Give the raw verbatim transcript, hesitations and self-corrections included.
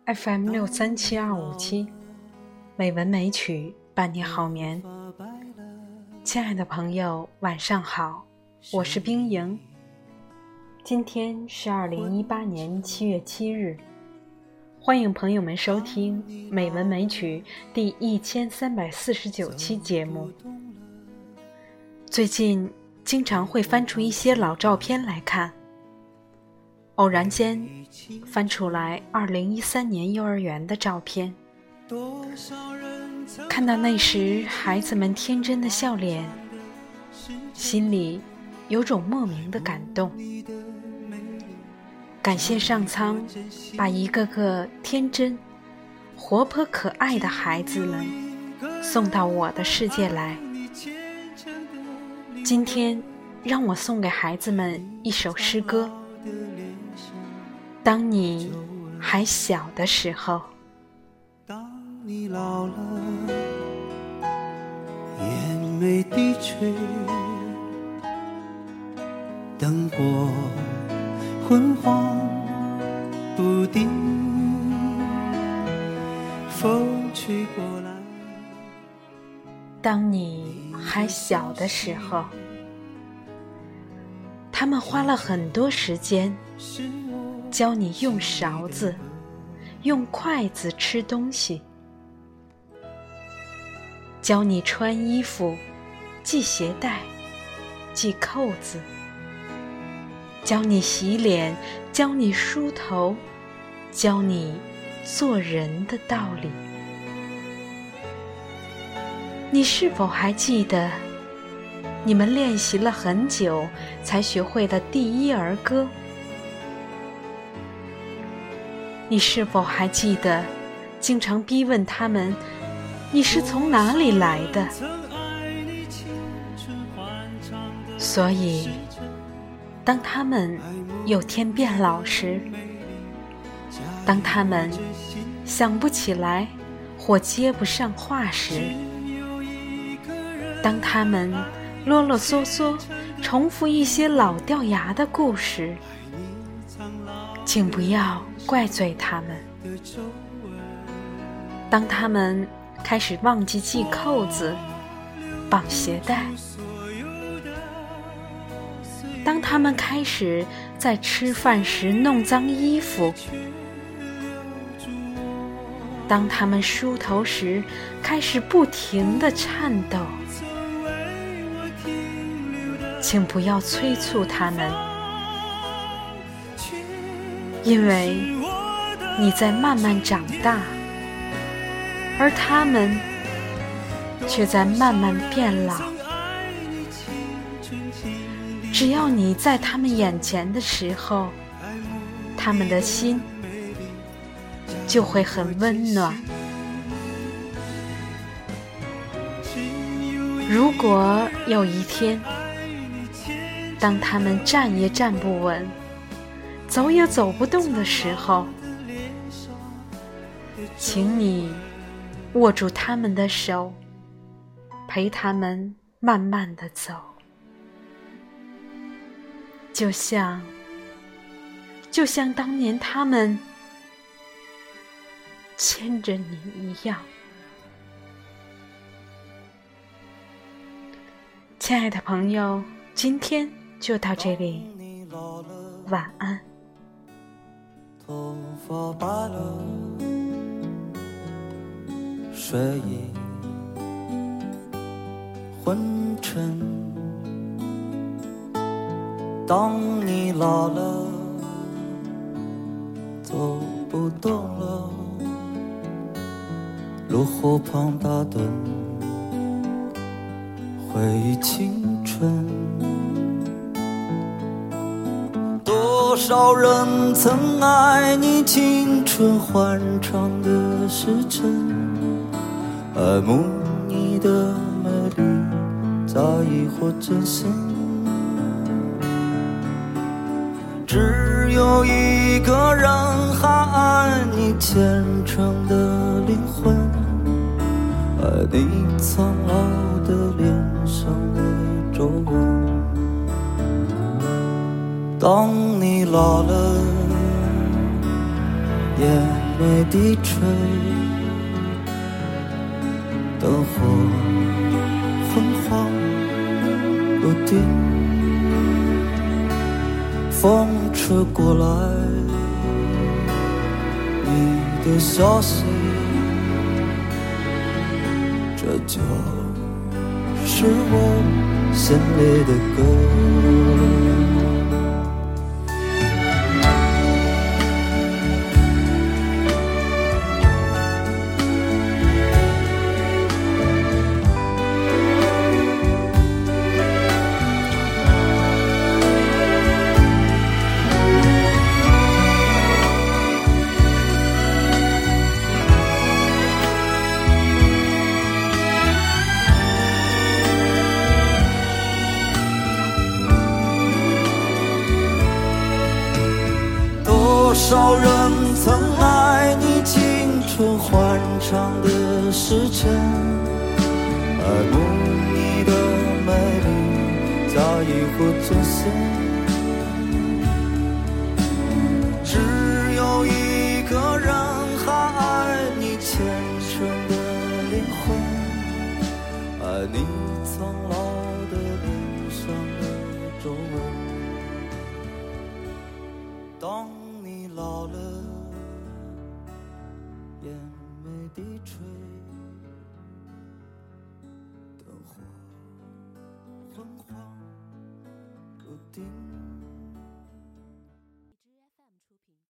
F M 六三七二五七，美文美曲伴你好眠。亲爱的朋友，晚上好，我是冰莹。今天是二零一八年七月七日，欢迎朋友们收听美文美曲第一千三百四十九期节目。最近经常会翻出一些老照片来看，偶然间翻出来二零一三年幼儿园的照片，看到那时孩子们天真的笑脸，心里有种莫名的感动。感谢上苍把一个个天真活泼可爱的孩子们送到我的世界来。今天让我送给孩子们一首诗歌，当你还小的时候。 当你老了，眼眉低垂，灯火昏黄不定，风吹过来。 当你还小的时候，他们花了很多时间教你用勺子用筷子吃东西，教你穿衣服系鞋带系扣子，教你洗脸，教你梳头，教你做人的道理。你是否还记得你们练习了很久才学会的第一儿歌？你是否还记得经常逼问他们你是从哪里来的？所以当他们有天变老时，当他们想不起来或接不上话时，当他们啰啰嗦嗦重复一些老掉牙的故事，请不要怪罪他们。当他们开始忘记系扣子绑鞋带，当他们开始在吃饭时弄脏衣服，当他们梳头时开始不停地颤抖，请不要催促他们，因为你在慢慢长大，而他们却在慢慢变老。只要你在他们眼前的时候，他们的心就会很温暖。如果有一天，当他们站也站不稳，走也走不动的时候，请你握住他们的手，陪他们慢慢地走，就像就像当年他们牵着你一样。亲爱的朋友，今天就到这里，晚安。 头发白了，睡意昏沉。当你老了，走不动了，路河旁打盹，回忆青春。多少人曾爱你青春欢畅的时辰，爱慕你的美丽，在意或真心。只有一个人还爱你虔诚的灵魂，爱你苍老的脸上的皱纹。当你老了， 眼眉低垂，灯火昏黄不定，风吹过来你的消息，这就是我心里的歌。多少人曾爱你青春欢畅的时辰，爱慕你的美丽早已不真实，只有一个人还爱你虔诚的灵魂，爱你苍老的脸上的皱纹。当你老了，眼眉低垂，灯火昏黄不定。